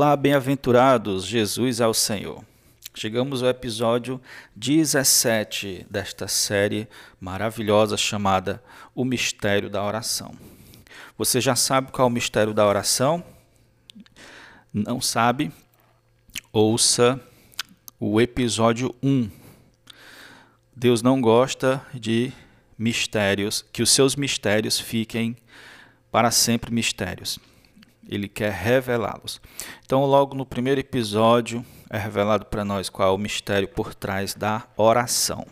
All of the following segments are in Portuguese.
Olá, bem-aventurados, Jesus é o Senhor. Chegamos ao episódio 17 desta série maravilhosa chamada O Mistério da Oração. Você já sabe qual é o mistério da oração? Não sabe? Ouça o episódio 1. Deus não gosta de mistérios, que os seus mistérios fiquem para sempre mistérios. Ele quer revelá-los. Então, logo no primeiro episódio, é revelado para nós qual é o mistério por trás da oração.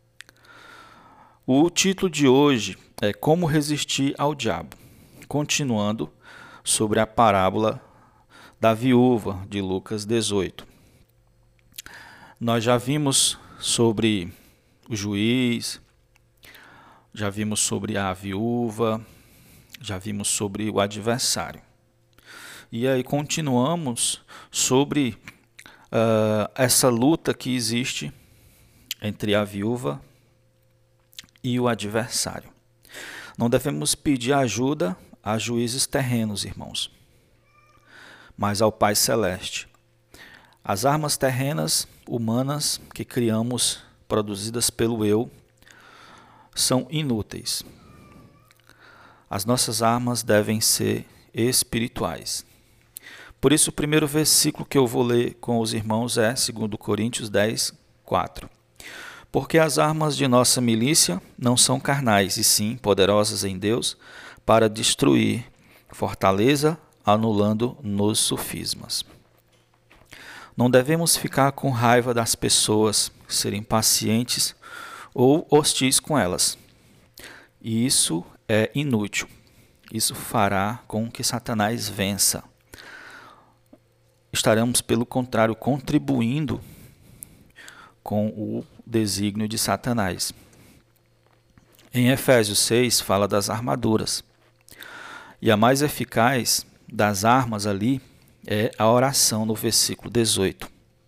O título de hoje é Como Resistir ao Diabo, continuando sobre a parábola da viúva de Lucas 18. Nós já vimos sobre o juiz, já vimos sobre a viúva, já vimos sobre o adversário. E aí continuamos sobre essa luta que existe entre a viúva e o adversário. Não devemos pedir ajuda a juízes terrenos, irmãos, mas ao Pai Celeste. As armas terrenas, humanas, que criamos, produzidas pelo eu, são inúteis. As nossas armas devem ser espirituais. Por isso, o primeiro versículo que eu vou ler com os irmãos é 2 Coríntios 10, 4. Porque as armas de nossa milícia não são carnais, e sim poderosas em Deus para destruir fortaleza, anulando nos sofismas. Não devemos ficar com raiva das pessoas, ser impacientes ou hostis com elas. E isso é inútil. Isso fará com que Satanás vença. Estaremos, pelo contrário, contribuindo com o desígnio de Satanás. Em Efésios 6, fala das armaduras. E a mais eficaz das armas ali é a oração, no versículo 18.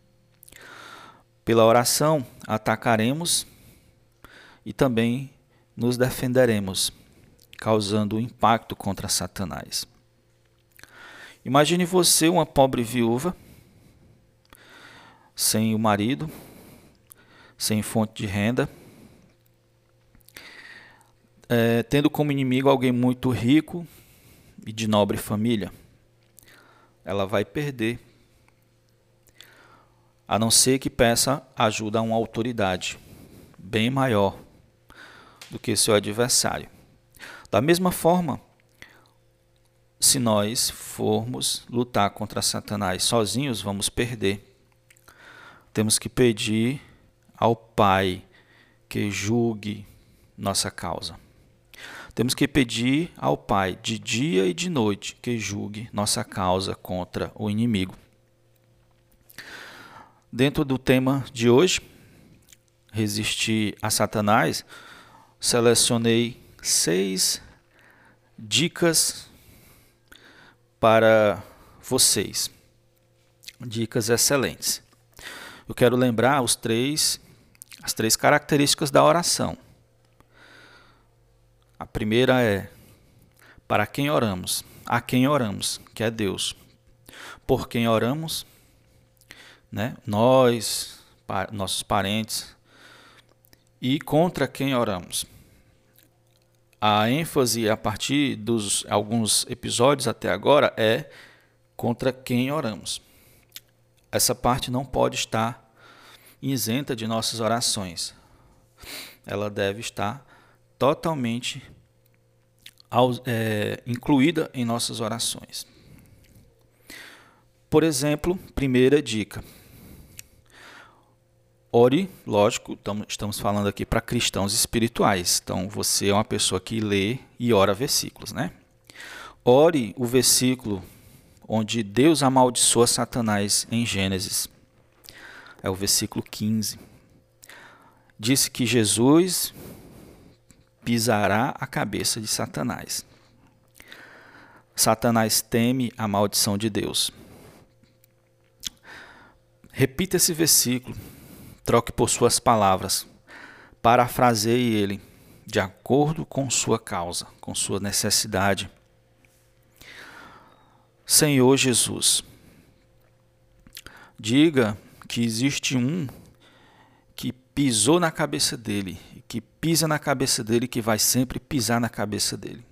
Pela oração, atacaremos e também nos defenderemos, causando impacto contra Satanás. Imagine você, uma pobre viúva, sem o marido, sem fonte de renda, tendo como inimigo alguém muito rico e de nobre família. Ela vai perder, a não ser que peça ajuda a uma autoridade bem maior do que seu adversário. Da mesma forma, se nós formos lutar contra Satanás sozinhos, vamos perder. Temos que pedir ao Pai que julgue nossa causa. Temos que pedir ao Pai de dia e de noite que julgue nossa causa contra o inimigo. Dentro do tema de hoje, resistir a Satanás, selecionei 6 dicas para vocês. Dicas excelentes. Eu quero lembrar as três características da oração. A primeira é para quem oramos, a quem oramos, que é Deus. Por quem oramos, né? Nós, nossos parentes, e contra quem oramos. A ênfase a partir dos alguns episódios até agora é contra quem oramos. Essa parte não pode estar isenta de nossas orações. Ela deve estar totalmente incluída em nossas orações. Por exemplo, primeira dica. Ore, lógico, estamos falando aqui para cristãos espirituais. Então, você é uma pessoa que lê e ora versículos, né? Ore o versículo onde Deus amaldiçoa Satanás em Gênesis. É o versículo 15. Disse que Jesus pisará a cabeça de Satanás. Satanás teme a maldição de Deus. Repita esse versículo. Troque por suas palavras. Parafraseie ele de acordo com sua causa, com sua necessidade. Senhor Jesus, diga que existe um que pisou na cabeça dele, que pisa na cabeça dele, que vai sempre pisar na cabeça dele.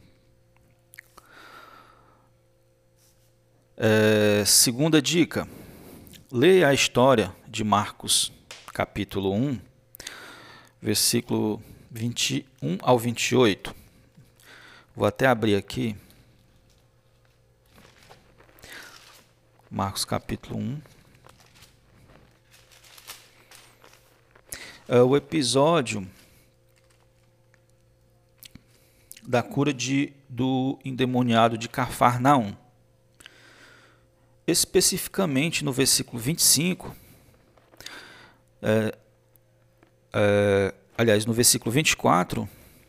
Segunda dica, leia a história de Marcos, capítulo 1, versículo 21 ao 28. Vou até abrir aqui. Marcos, capítulo 1. O episódio da cura do endemoniado de Cafarnaum. Especificamente no versículo 25, aliás, no versículo 24,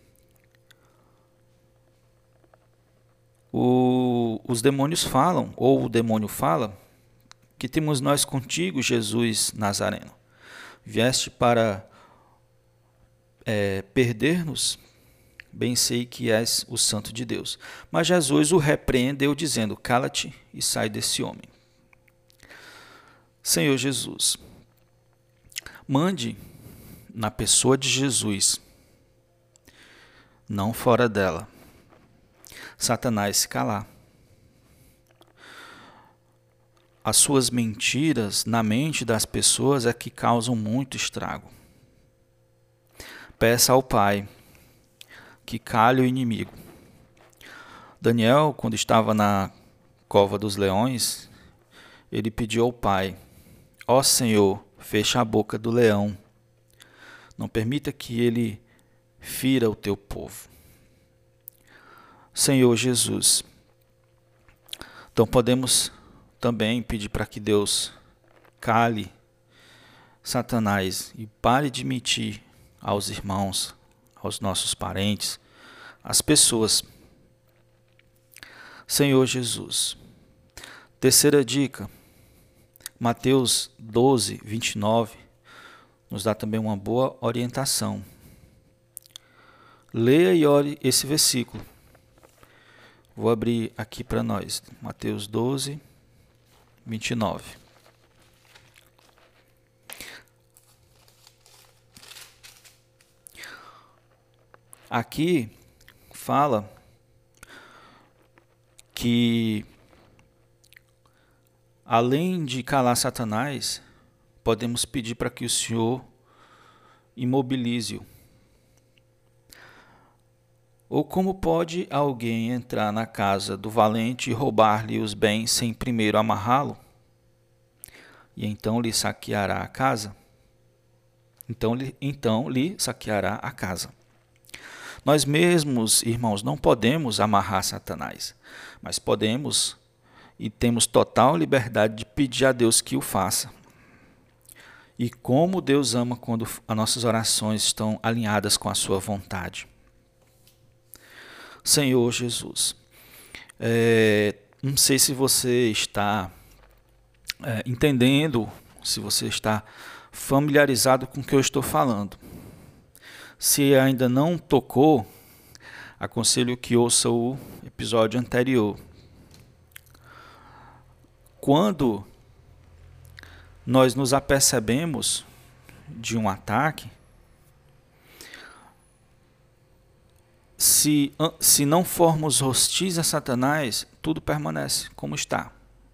os demônios falam, ou o demônio fala, que temos nós contigo, Jesus Nazareno. Vieste para perder-nos? Bem sei que és o Santo de Deus. Mas Jesus o repreendeu, dizendo, cala-te e sai desse homem. Senhor Jesus, mande na pessoa de Jesus, não fora dela, Satanás se calar. As suas mentiras na mente das pessoas é que causam muito estrago. Peça ao Pai que cale o inimigo. Daniel, quando estava na cova dos leões, ele pediu ao Pai, ó Senhor, fecha a boca do leão. Não permita que ele fira o teu povo. Senhor Jesus. Então podemos também pedir para que Deus cale Satanás e pare de mentir aos irmãos, aos nossos parentes, às pessoas. Senhor Jesus. Terceira dica, Mateus 12, 29, nos dá também uma boa orientação. Leia e ore esse versículo. Vou abrir aqui para nós, Mateus 12, 29. Aqui fala que, além de calar Satanás, podemos pedir para que o Senhor imobilize-o. Ou como pode alguém entrar na casa do valente e roubar-lhe os bens sem primeiro amarrá-lo? E então lhe saqueará a casa? Então lhe saqueará a casa. Nós mesmos, irmãos, não podemos amarrar Satanás, mas podemos e temos total liberdade de pedir a Deus que o faça. E como Deus ama quando as nossas orações estão alinhadas com a sua vontade. Senhor Jesus, não sei se você está entendendo, se você está familiarizado com o que eu estou falando. Se ainda não tocou, aconselho que ouça o episódio anterior. Quando nós nos apercebemos de um ataque, se não formos hostis a Satanás, tudo permanece como está.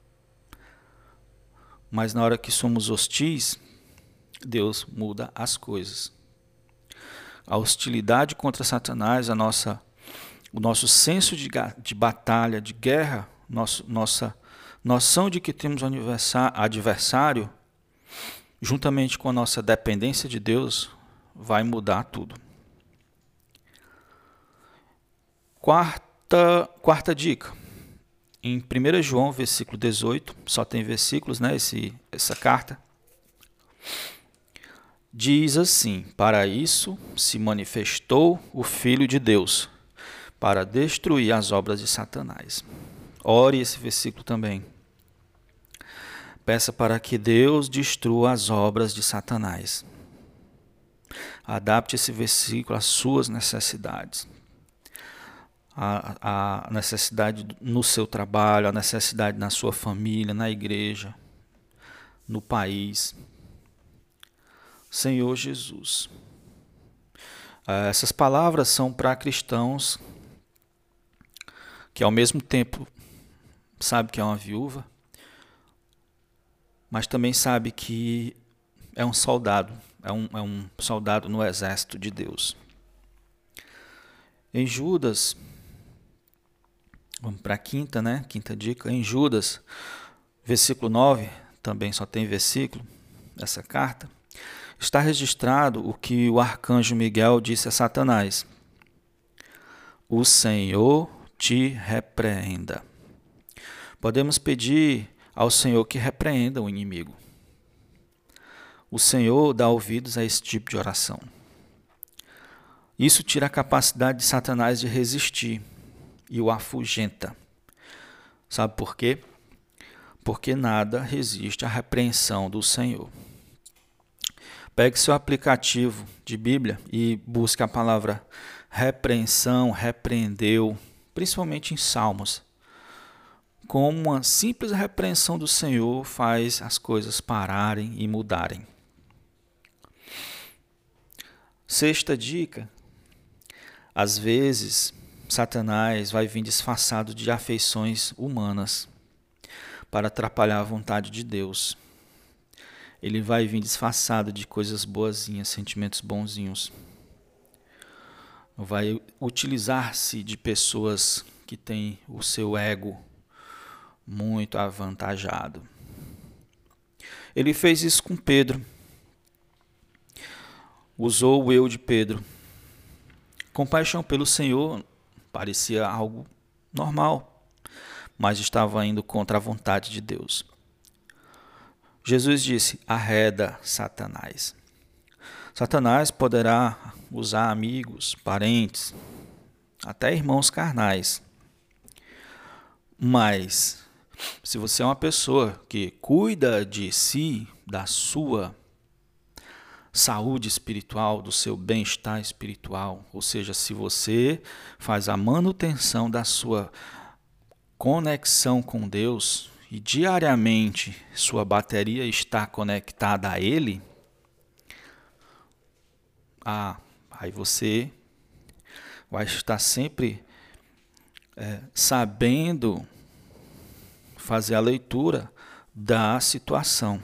Mas na hora que somos hostis, Deus muda as coisas. A hostilidade contra Satanás, o nosso senso de batalha, de guerra, nossa noção de que temos um adversário, juntamente com a nossa dependência de Deus, vai mudar tudo. Quarta dica. Em 1 João, versículo 18, só tem versículos, né, essa carta. Diz assim, para isso se manifestou o Filho de Deus, para destruir as obras de Satanás. Ore esse versículo também. Peça para que Deus destrua as obras de Satanás. Adapte esse versículo às suas necessidades. A necessidade no seu trabalho, a necessidade na sua família, na igreja, no país. Senhor Jesus. Essas palavras são para cristãos que ao mesmo tempo sabe que é uma viúva, mas também sabe que é um soldado, é um soldado no exército de Deus. Em Judas, vamos para a quinta dica, em Judas, versículo 9, também só tem versículo, essa carta, está registrado o que o arcanjo Miguel disse a Satanás: o Senhor te repreenda. Podemos pedir ao Senhor que repreenda o inimigo. O Senhor dá ouvidos a esse tipo de oração. Isso tira a capacidade de Satanás de resistir e o afugenta. Sabe por quê? Porque nada resiste à repreensão do Senhor. Pegue seu aplicativo de Bíblia e busque a palavra repreensão, repreendeu, principalmente em Salmos. Como uma simples repreensão do Senhor faz as coisas pararem e mudarem. Sexta dica: às vezes Satanás vai vir disfarçado de afeições humanas para atrapalhar a vontade de Deus. Ele vai vir disfarçado de coisas boazinhas, sentimentos bonzinhos. Vai utilizar-se de pessoas que têm o seu ego muito avantajado. Ele fez isso com Pedro. Usou o eu de Pedro. Compaixão pelo Senhor parecia algo normal, mas estava indo contra a vontade de Deus. Jesus disse: arreda Satanás. Satanás poderá usar amigos, parentes, até irmãos carnais. Mas, se você é uma pessoa que cuida de si, da sua saúde espiritual, do seu bem-estar espiritual, ou seja, se você faz a manutenção da sua conexão com Deus e diariamente sua bateria está conectada a Ele, aí você vai estar sempre sabendo fazer a leitura da situação.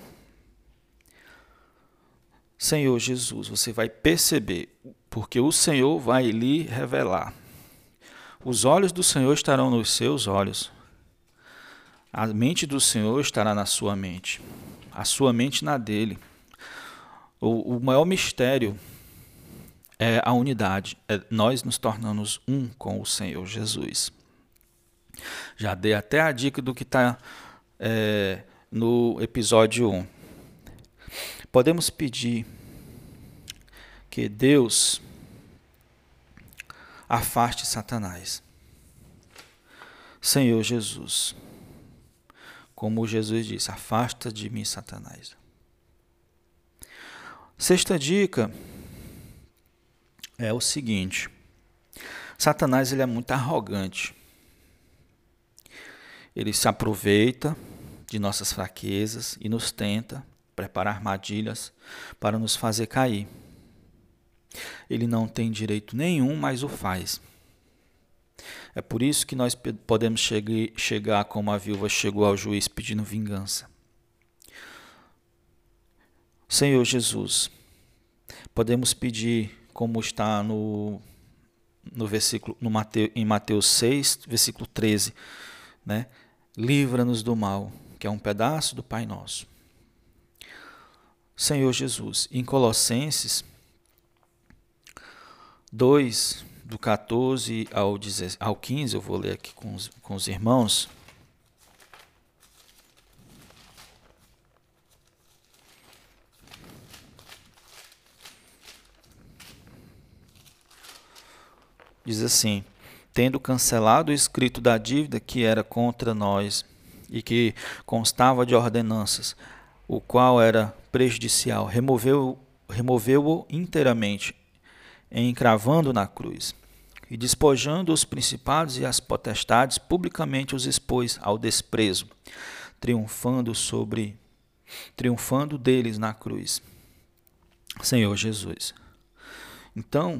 Senhor Jesus, você vai perceber, porque o Senhor vai lhe revelar. Os olhos do Senhor estarão nos seus olhos. A mente do Senhor estará na sua mente. A sua mente na dele. O maior mistério é a unidade. Nós nos tornamos um com o Senhor Jesus. Já dei até a dica do que está no episódio 1. Podemos pedir que Deus afaste Satanás. Senhor Jesus, como Jesus disse, afasta de mim, Satanás. Sexta dica é o seguinte: Satanás ele é muito arrogante. Ele se aproveita de nossas fraquezas e nos tenta preparar armadilhas para nos fazer cair. Ele não tem direito nenhum, mas o faz. É por isso que nós podemos chegar como a viúva chegou ao juiz pedindo vingança. Senhor Jesus, podemos pedir, como está no versículo, em Mateus 6, versículo 13, né? Livra-nos do mal, que é um pedaço do Pai Nosso. Senhor Jesus, em Colossenses 2, do 14 ao 15, eu vou ler aqui com os irmãos. Diz assim: tendo cancelado o escrito da dívida que era contra nós e que constava de ordenanças, o qual era prejudicial, removeu-o inteiramente, encravando na cruz, e despojando os principados e as potestades, publicamente os expôs ao desprezo, triunfando sobre triunfando deles na cruz. Senhor Jesus. Então,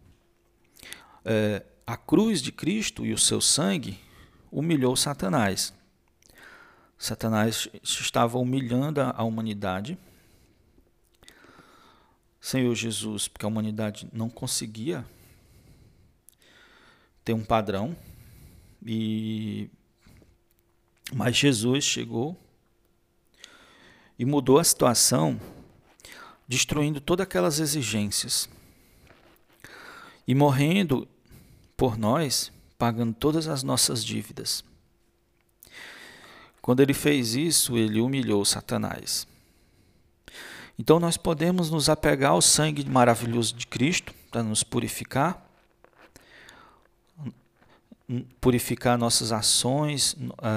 a cruz de Cristo e o seu sangue humilhou Satanás. Satanás estava humilhando a humanidade. Senhor Jesus, porque a humanidade não conseguia ter um padrão, mas Jesus chegou e mudou a situação, destruindo todas aquelas exigências e morrendo por nós, pagando todas as nossas dívidas. Quando ele fez isso, ele humilhou Satanás. Então nós podemos nos apegar ao sangue maravilhoso de Cristo para nos purificar nossas ações,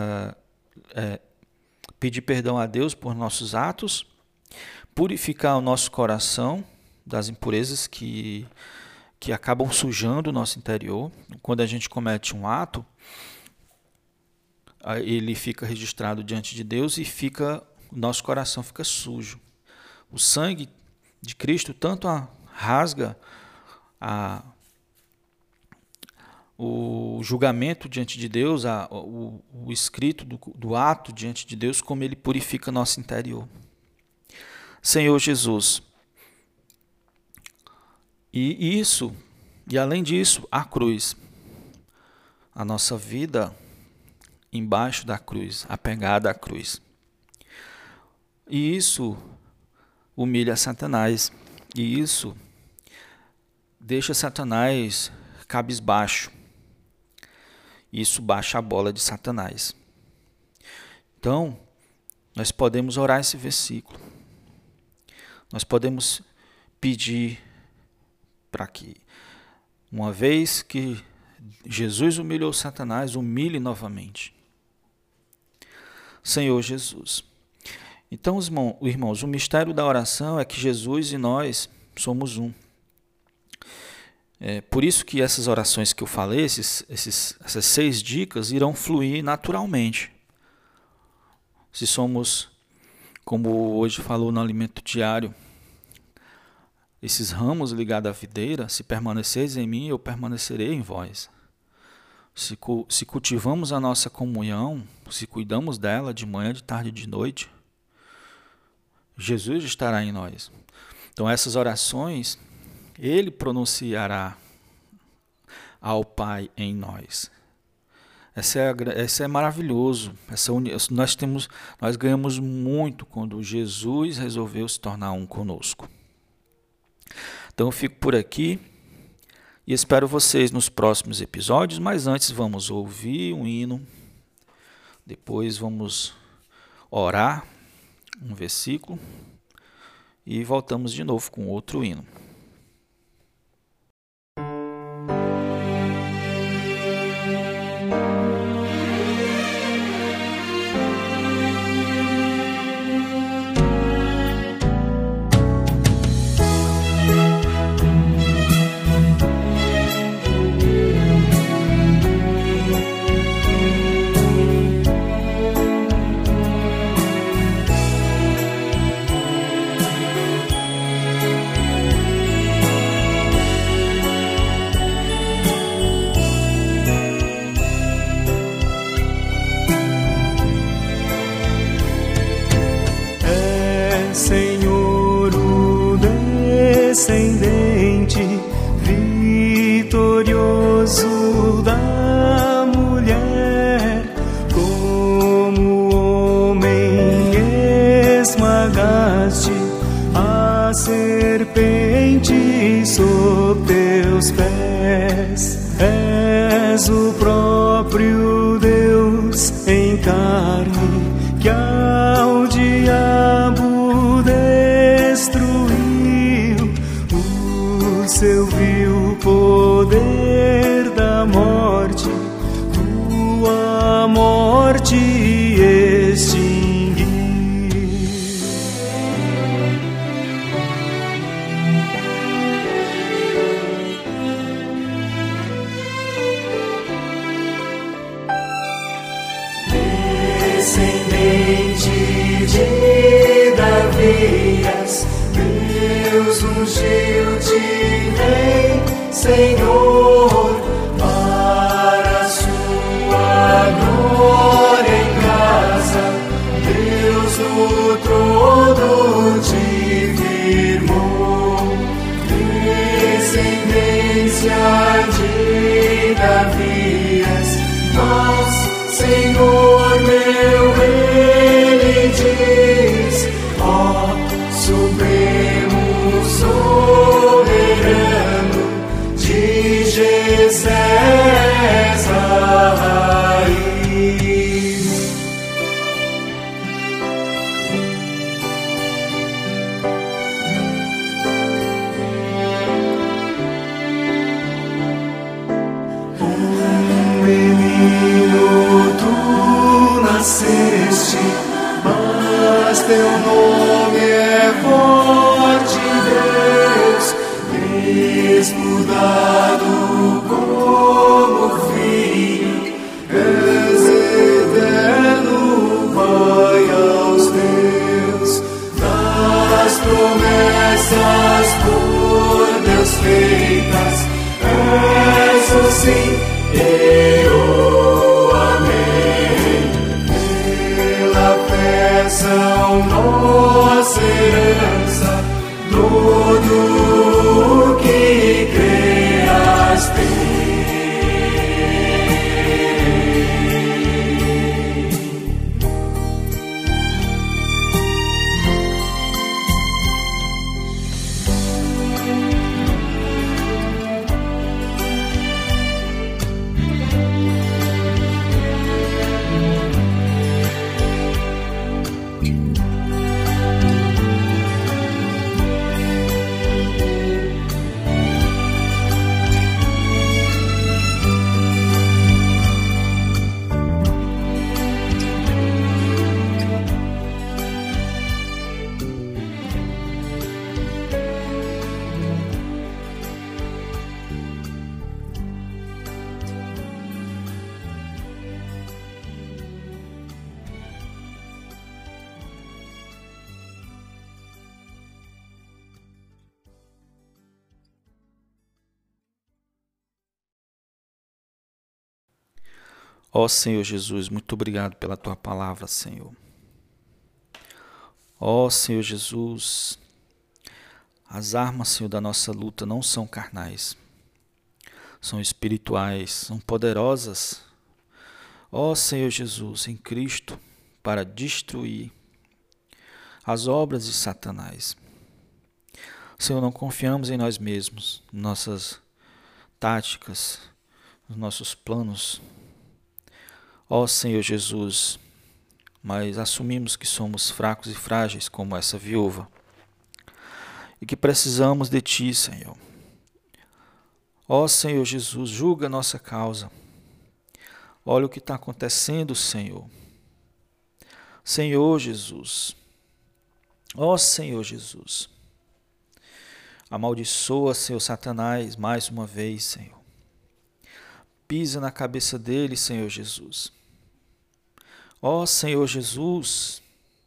pedir perdão a Deus por nossos atos, purificar o nosso coração das impurezas que acabam sujando o nosso interior. Quando a gente comete um ato, ele fica registrado diante de Deus e o nosso coração fica sujo. O sangue de Cristo tanto rasga o julgamento diante de Deus, o escrito do ato diante de Deus, como ele purifica nosso interior. Senhor Jesus. E além disso, a cruz. A nossa vida embaixo da cruz, apegada à cruz. E isso humilha Satanás. E isso deixa Satanás cabisbaixo. Isso baixa a bola de Satanás. Então, nós podemos orar esse versículo. Nós podemos pedir para que, uma vez que Jesus humilhou Satanás, humilhe novamente. Senhor Jesus. Então, irmãos, o mistério da oração é que Jesus e nós somos um. Por isso que essas orações que eu falei, essas 6 dicas, irão fluir naturalmente. Se somos, como hoje falou no alimento diário, esses ramos ligados à videira, se permaneceis em mim, eu permanecerei em vós. Se cultivamos a nossa comunhão, se cuidamos dela de manhã, de tarde e de noite, Jesus estará em nós. Então essas orações, Ele pronunciará ao Pai em nós. Essa é maravilhoso. Nós ganhamos muito quando Jesus resolveu se tornar um conosco. Então eu fico por aqui e espero vocês nos próximos episódios, mas antes vamos ouvir um hino, depois vamos orar um versículo e voltamos de novo com outro hino. Senhor, o descendente vitorioso da mulher, como homem esmagaste a serpente sob teus pés. És o próprio Deus em carne, que ao diabo destruiu o seu vil poder da morte, tua morte extinguiu. Descendente de Messias, Deus ungiu-te Rei, Senhor, para sua glória em casa, Deus no trono te firmou, descendência de Davias, mas Senhor meu, Ele diz, ó Supremo Soberano, de Jessés a raiz. Menino tu nasceste, mas teu nome é forte, Deus, desnudado como filho, és eterno, Pai aos teus, das promessas por Deus feitas, és o sim e o amém. Pela fé são nossa herança, tudo o que creas tem. Ó Senhor Jesus, muito obrigado pela Tua palavra, Senhor. Ó Senhor Jesus, as armas, Senhor, da nossa luta não são carnais, são espirituais, são poderosas. Ó Senhor Jesus, em Cristo, para destruir as obras de Satanás. Senhor, não confiamos em nós mesmos, nossas táticas, nos nossos planos. Ó Senhor Jesus, mas assumimos que somos fracos e frágeis como essa viúva e que precisamos de Ti, Senhor. Ó Senhor Jesus, julga a nossa causa. Olha o que está acontecendo, Senhor. Senhor Jesus, ó Senhor Jesus, amaldiçoa, Senhor Satanás, mais uma vez, Senhor. Pisa na cabeça dele, Senhor Jesus. Ó Senhor Jesus,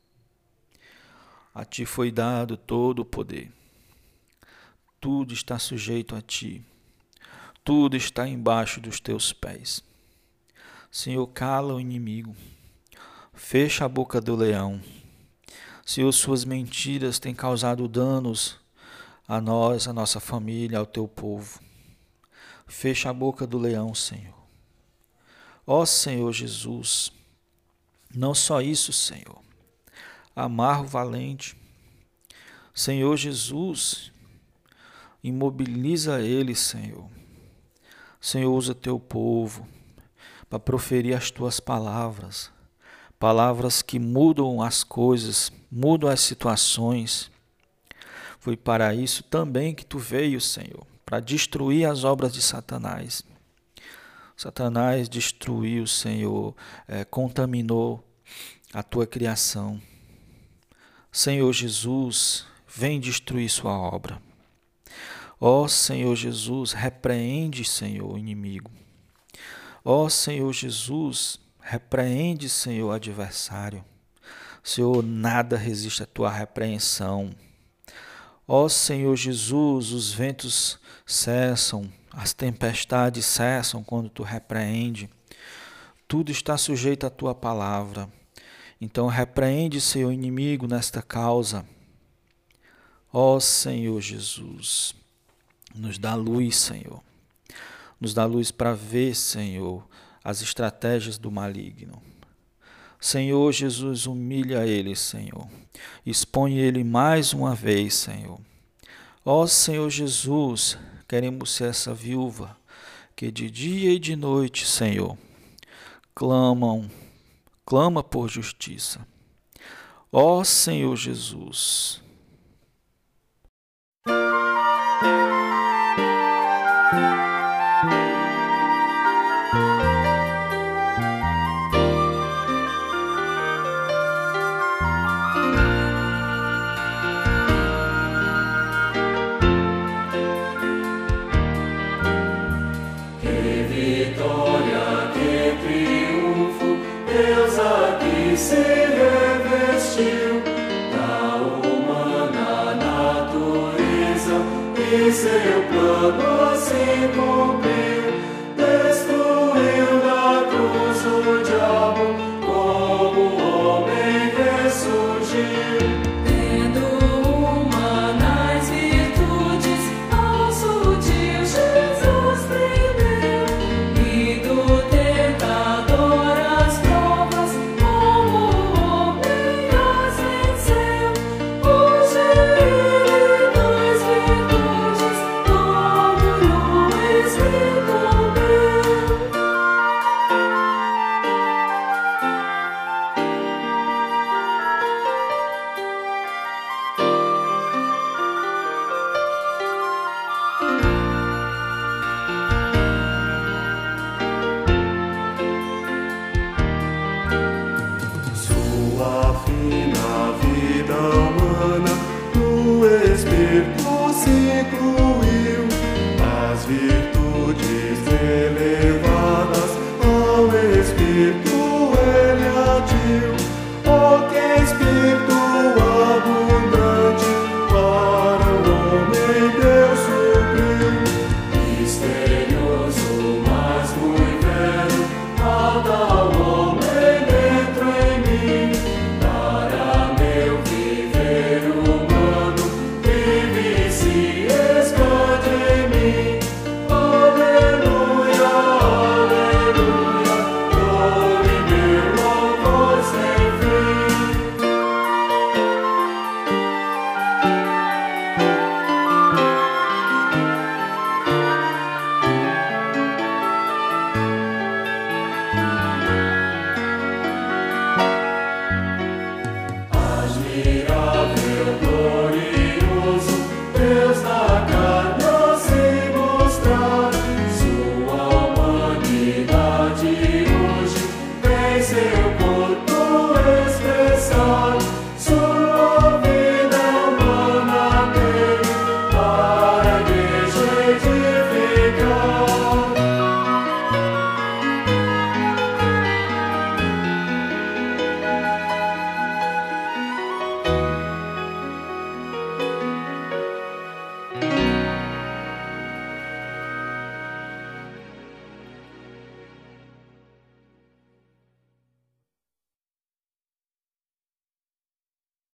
a Ti foi dado todo o poder. Tudo está sujeito a Ti. Tudo está embaixo dos Teus pés. Senhor, cala o inimigo. Fecha a boca do leão. Senhor, suas mentiras têm causado danos a nós, a nossa família, ao Teu povo. Fecha a boca do leão, Senhor. Ó Senhor Jesus, não só isso, Senhor. Amarra o valente. Senhor Jesus, imobiliza ele, Senhor. Senhor, usa Teu povo para proferir as Tuas palavras. Palavras que mudam as coisas, mudam as situações. Foi para isso também que Tu veio, Senhor, para destruir as obras de Satanás. Satanás destruiu, Senhor, contaminou a Tua criação. Senhor Jesus, vem destruir sua obra. Ó Senhor Jesus, repreende, Senhor, o inimigo. Ó Senhor Jesus, repreende, Senhor, o adversário. Senhor, nada resiste à tua repreensão. Ó Senhor Jesus, os ventos cessam, as tempestades cessam quando tu repreende. Tudo está sujeito à tua palavra. Então repreende, Senhor, inimigo nesta causa. Ó Senhor Jesus, nos dá luz, Senhor. Nos dá luz para ver, Senhor, as estratégias do maligno. Senhor Jesus, humilha ele, Senhor. Expõe ele mais uma vez, Senhor. Ó Senhor Jesus, queremos ser essa viúva que de dia e de noite, Senhor, clama por justiça. Ó Senhor Jesus. Se revestiu da humana natureza e seu plano se cumpriu.